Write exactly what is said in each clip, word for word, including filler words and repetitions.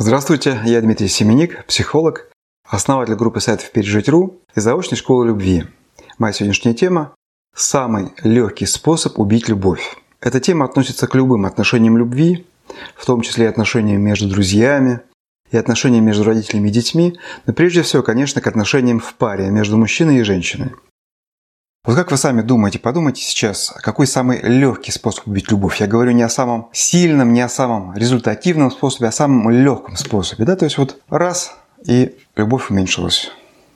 Здравствуйте, я Дмитрий Семеник, психолог, основатель группы сайтов «Пережить точка ру» и заочной школы любви. Моя сегодняшняя тема – самый легкий способ убить любовь. Эта тема относится к любым отношениям любви, в том числе и отношениям между друзьями, и отношениям между родителями и детьми, но прежде всего, конечно, к отношениям в паре между мужчиной и женщиной. Вот как вы сами думаете, подумайте сейчас, какой самый легкий способ убить любовь? Я говорю не о самом сильном, не о самом результативном способе, а о самом легком способе. Да? То есть вот раз, и любовь уменьшилась.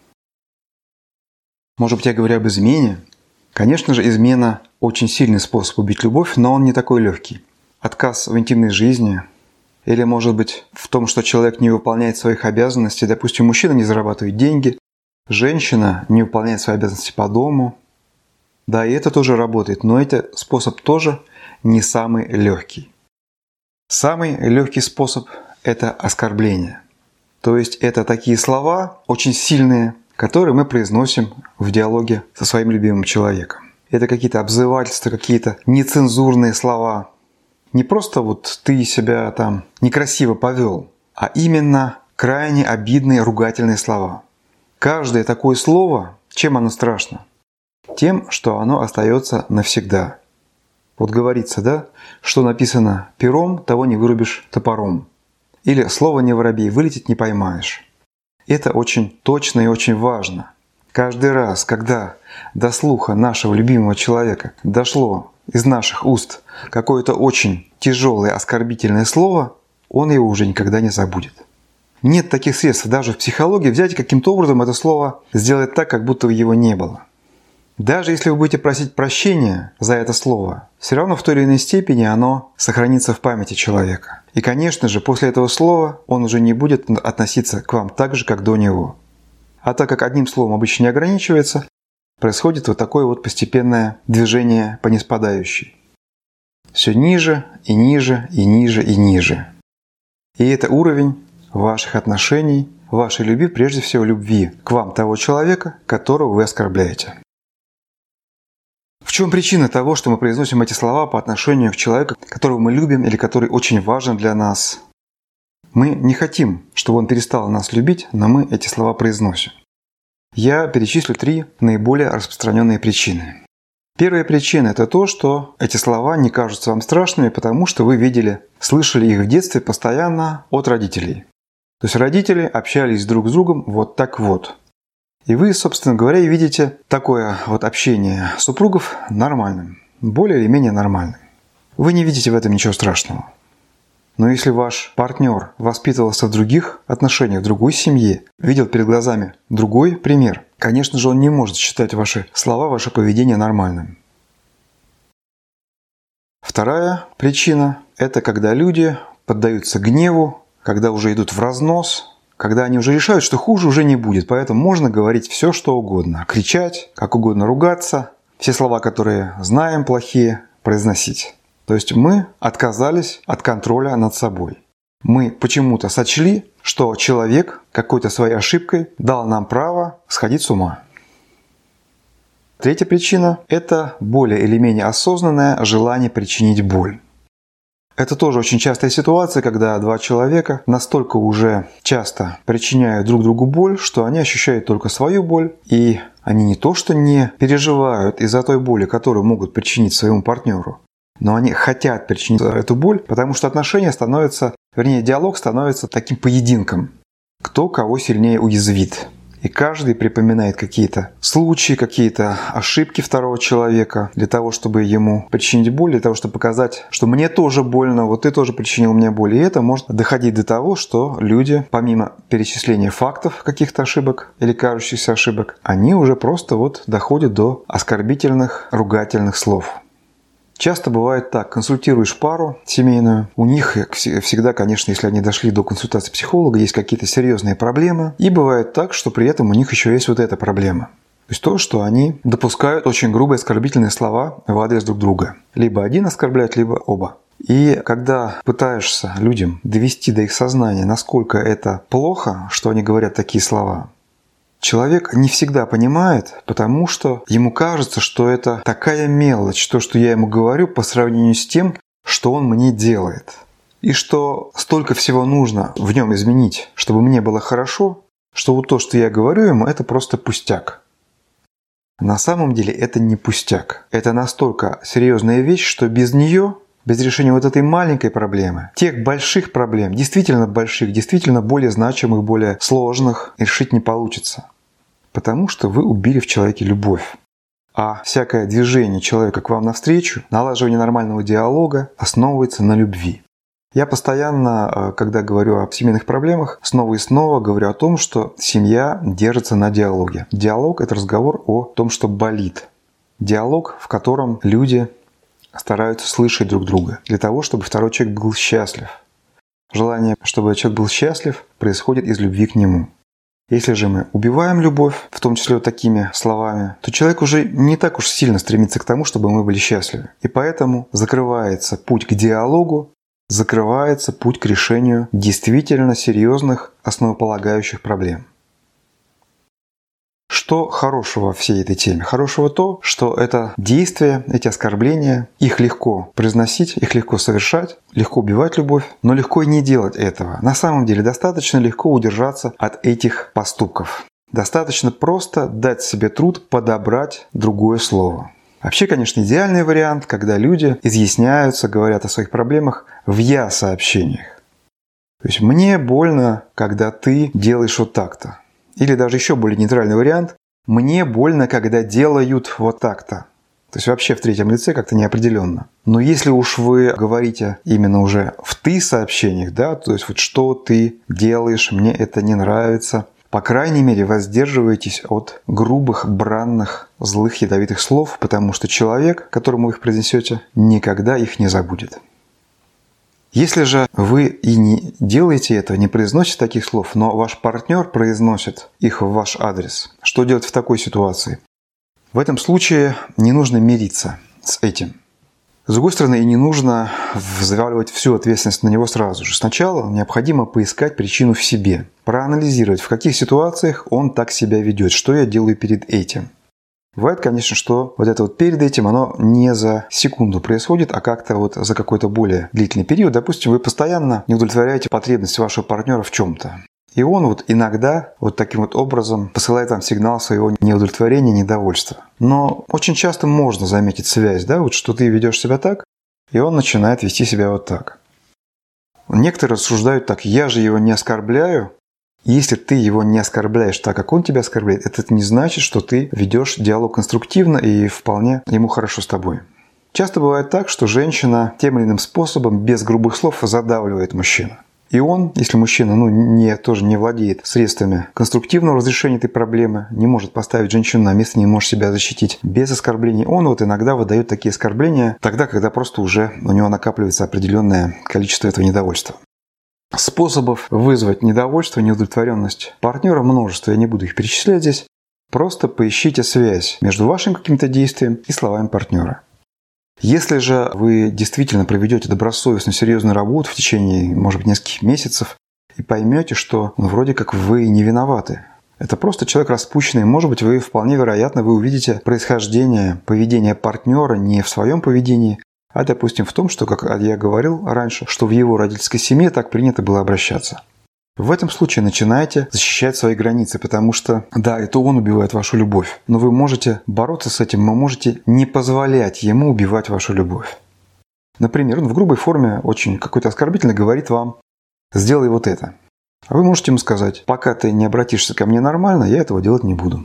Может быть, я говорю об измене? Конечно же, измена – очень сильный способ убить любовь, но он не такой легкий. Отказ в интимной жизни, или, может быть, в том, что человек не выполняет своих обязанностей. Допустим, мужчина не зарабатывает деньги, женщина не выполняет свои обязанности по дому. Да, и это тоже работает, но этот способ тоже не самый легкий. Самый легкий способ – это оскорбление. То есть это такие слова, очень сильные, которые мы произносим в диалоге со своим любимым человеком. Это какие-то обзывательства, какие-то нецензурные слова. Не просто вот ты себя там некрасиво повел, а именно крайне обидные ругательные слова. Каждое такое слово, чем оно страшно? Тем, что оно остается навсегда. Вот говорится, да, что написано пером, того не вырубишь топором. Или слово не воробей, вылететь не поймаешь. Это очень точно и очень важно. Каждый раз, когда до слуха нашего любимого человека дошло из наших уст какое-то очень тяжелое оскорбительное слово, он его уже никогда не забудет. Нет таких средств даже в психологии взять каким-то образом это слово сделать так, как будто его не было. Даже если вы будете просить прощения за это слово, все равно в той или иной степени оно сохранится в памяти человека. И, конечно же, после этого слова он уже не будет относиться к вам так же, как до него. А так как одним словом обычно не ограничивается, происходит вот такое вот постепенное движение по ниспадающей. Все ниже и ниже и ниже и ниже. И это уровень ваших отношений, вашей любви, прежде всего любви к вам того человека, которого вы оскорбляете. В чем причина того, что мы произносим эти слова по отношению к человеку, которого мы любим или который очень важен для нас? Мы не хотим, чтобы он перестал нас любить, но мы эти слова произносим. Я перечислю три наиболее распространенные причины. Первая причина – это то, что эти слова не кажутся вам страшными, потому что вы видели, слышали их в детстве постоянно от родителей. То есть родители общались друг с другом вот так вот. И вы, собственно говоря, видите такое вот общение супругов нормальным, более или менее нормальным. Вы не видите в этом ничего страшного. Но если ваш партнер воспитывался в других отношениях, в другой семье, видел перед глазами другой пример, конечно же, он не может считать ваши слова, ваше поведение нормальным. Вторая причина – это когда люди поддаются гневу, когда уже идут в разнос, когда они уже решают, что хуже уже не будет, поэтому можно говорить все, что угодно. Кричать, как угодно ругаться, все слова, которые знаем плохие, произносить. То есть мы отказались от контроля над собой. Мы почему-то сочли, что человек какой-то своей ошибкой дал нам право сходить с ума. Третья причина – это более или менее осознанное желание причинить боль. Это тоже очень частая ситуация, когда два человека настолько уже часто причиняют друг другу боль, что они ощущают только свою боль, и они не то что не переживают из-за той боли, которую могут причинить своему партнеру, но они хотят причинить эту боль, потому что отношения становятся, вернее, диалог становится таким поединком. Кто кого сильнее уязвит. И каждый припоминает какие-то случаи, какие-то ошибки второго человека для того, чтобы ему причинить боль, для того, чтобы показать, что мне тоже больно, вот ты тоже причинил мне боль. И это может доходить до того, что люди, помимо перечисления фактов каких-то ошибок или кажущихся ошибок, они уже просто вот доходят до оскорбительных, ругательных слов. Часто бывает так, консультируешь пару семейную, у них всегда, конечно, если они дошли до консультации психолога, есть какие-то серьезные проблемы, и бывает так, что при этом у них еще есть вот эта проблема. То есть то, что они допускают очень грубые оскорбительные слова в адрес друг друга. Либо один оскорбляет, либо оба. И когда пытаешься людям довести до их сознания, насколько это плохо, что они говорят такие слова, человек не всегда понимает, потому что ему кажется, что это такая мелочь, то, что я ему говорю, по сравнению с тем, что он мне делает. и что столько всего нужно в нем изменить, чтобы мне было хорошо, что вот то, что я говорю ему, это просто пустяк. На самом деле это не пустяк. Это настолько серьезная вещь, что без нее, без решения вот этой маленькой проблемы, тех больших проблем, действительно больших, действительно более значимых, более сложных, решить не получится. Потому что вы убили в человеке любовь. А всякое движение человека к вам навстречу, налаживание нормального диалога основывается на любви. Я постоянно, когда говорю о семейных проблемах, снова и снова говорю о том, что семья держится на диалоге. Диалог – это разговор о том, что болит. Диалог, в котором люди стараются слышать друг друга, для того, чтобы второй человек был счастлив. Желание, чтобы человек был счастлив, происходит из любви к нему. Если же мы убиваем любовь, в том числе вот такими словами, то человек уже не так уж сильно стремится к тому, чтобы мы были счастливы. И поэтому закрывается путь к диалогу, закрывается путь к решению действительно серьезных, основополагающих проблем. Что хорошего во всей этой теме? Хорошего то, что это действия, эти оскорбления, их легко произносить, их легко совершать, легко убивать любовь, но легко и не делать этого. На самом деле достаточно легко удержаться от этих поступков. Достаточно просто дать себе труд подобрать другое слово. Вообще, конечно, идеальный вариант, когда люди изъясняются, говорят о своих проблемах в «я-сообщениях». То есть «мне больно, когда ты делаешь вот так-то». Или даже еще более нейтральный вариант «мне больно, когда делают вот так-то». То есть вообще в третьем лице как-то неопределенно. Но если уж вы говорите именно уже в «ты» сообщениях, да, то есть вот что ты делаешь, мне это не нравится, по крайней мере, воздерживайтесь от грубых, бранных, злых, ядовитых слов, потому что человек, которому вы их произнесете, никогда их не забудет. Если же вы и не делаете этого, не произносите таких слов, но ваш партнер произносит их в ваш адрес, что делать в такой ситуации? В этом случае не нужно мириться с этим. С другой стороны, и не нужно взваливать всю ответственность на него сразу же. Сначала необходимо поискать причину в себе, проанализировать, в каких ситуациях он так себя ведет, что я делаю перед этим. Бывает, конечно, что вот это вот перед этим, оно не за секунду происходит, а как-то вот за какой-то более длительный период. Допустим, вы постоянно не удовлетворяете потребности вашего партнера в чем-то. И он вот иногда вот таким вот образом посылает вам сигнал своего неудовлетворения, недовольства. Но очень часто можно заметить связь, да, вот что ты ведешь себя так, и он начинает вести себя вот так. Некоторые рассуждают так: я же его не оскорбляю. Если ты его не оскорбляешь так, как он тебя оскорбляет, это не значит, что ты ведешь диалог конструктивно и вполне ему хорошо с тобой. Часто бывает так, что женщина тем или иным способом, без грубых слов, задавливает мужчину. И он, если мужчина ну, не, тоже не владеет средствами конструктивного разрешения этой проблемы, не может поставить женщину на место, не может себя защитить без оскорблений, он вот иногда выдает такие оскорбления тогда, когда просто уже у него накапливается определенное количество этого недовольства. Способов вызвать недовольство, неудовлетворенность партнера множество, я не буду их перечислять здесь. Просто поищите связь между вашим каким-то действием и словами партнера. Если же вы действительно проведете добросовестную, серьезную работу в течение, может быть, нескольких месяцев и поймете, что ну, вроде как вы не виноваты. Это просто человек распущенный. Может быть, вы вполне вероятно вы увидите происхождение поведения партнера не в своем поведении, а, допустим, в том, что, как я говорил раньше, что в его родительской семье так принято было обращаться. В этом случае начинайте защищать свои границы, потому что, да, это он убивает вашу любовь, но вы можете бороться с этим, вы можете не позволять ему убивать вашу любовь. Например, он в грубой форме, очень какой-то оскорбительно говорит вам: «Сделай вот это». А вы можете ему сказать: «Пока ты не обратишься ко мне нормально, я этого делать не буду».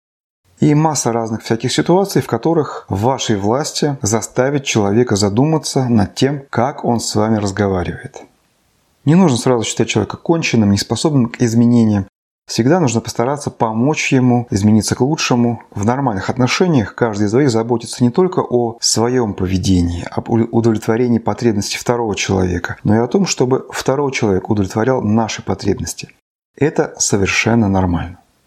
И масса разных всяких ситуаций, в которых в вашей власти заставить человека задуматься над тем, как он с вами разговаривает. Не нужно сразу считать человека конченным, неспособным к изменениям. Всегда нужно постараться помочь ему измениться к лучшему. В нормальных отношениях каждый из двоих заботится не только о своем поведении, об удовлетворении потребностей второго человека, но и о том, чтобы второй человек удовлетворял наши потребности. Это совершенно нормально.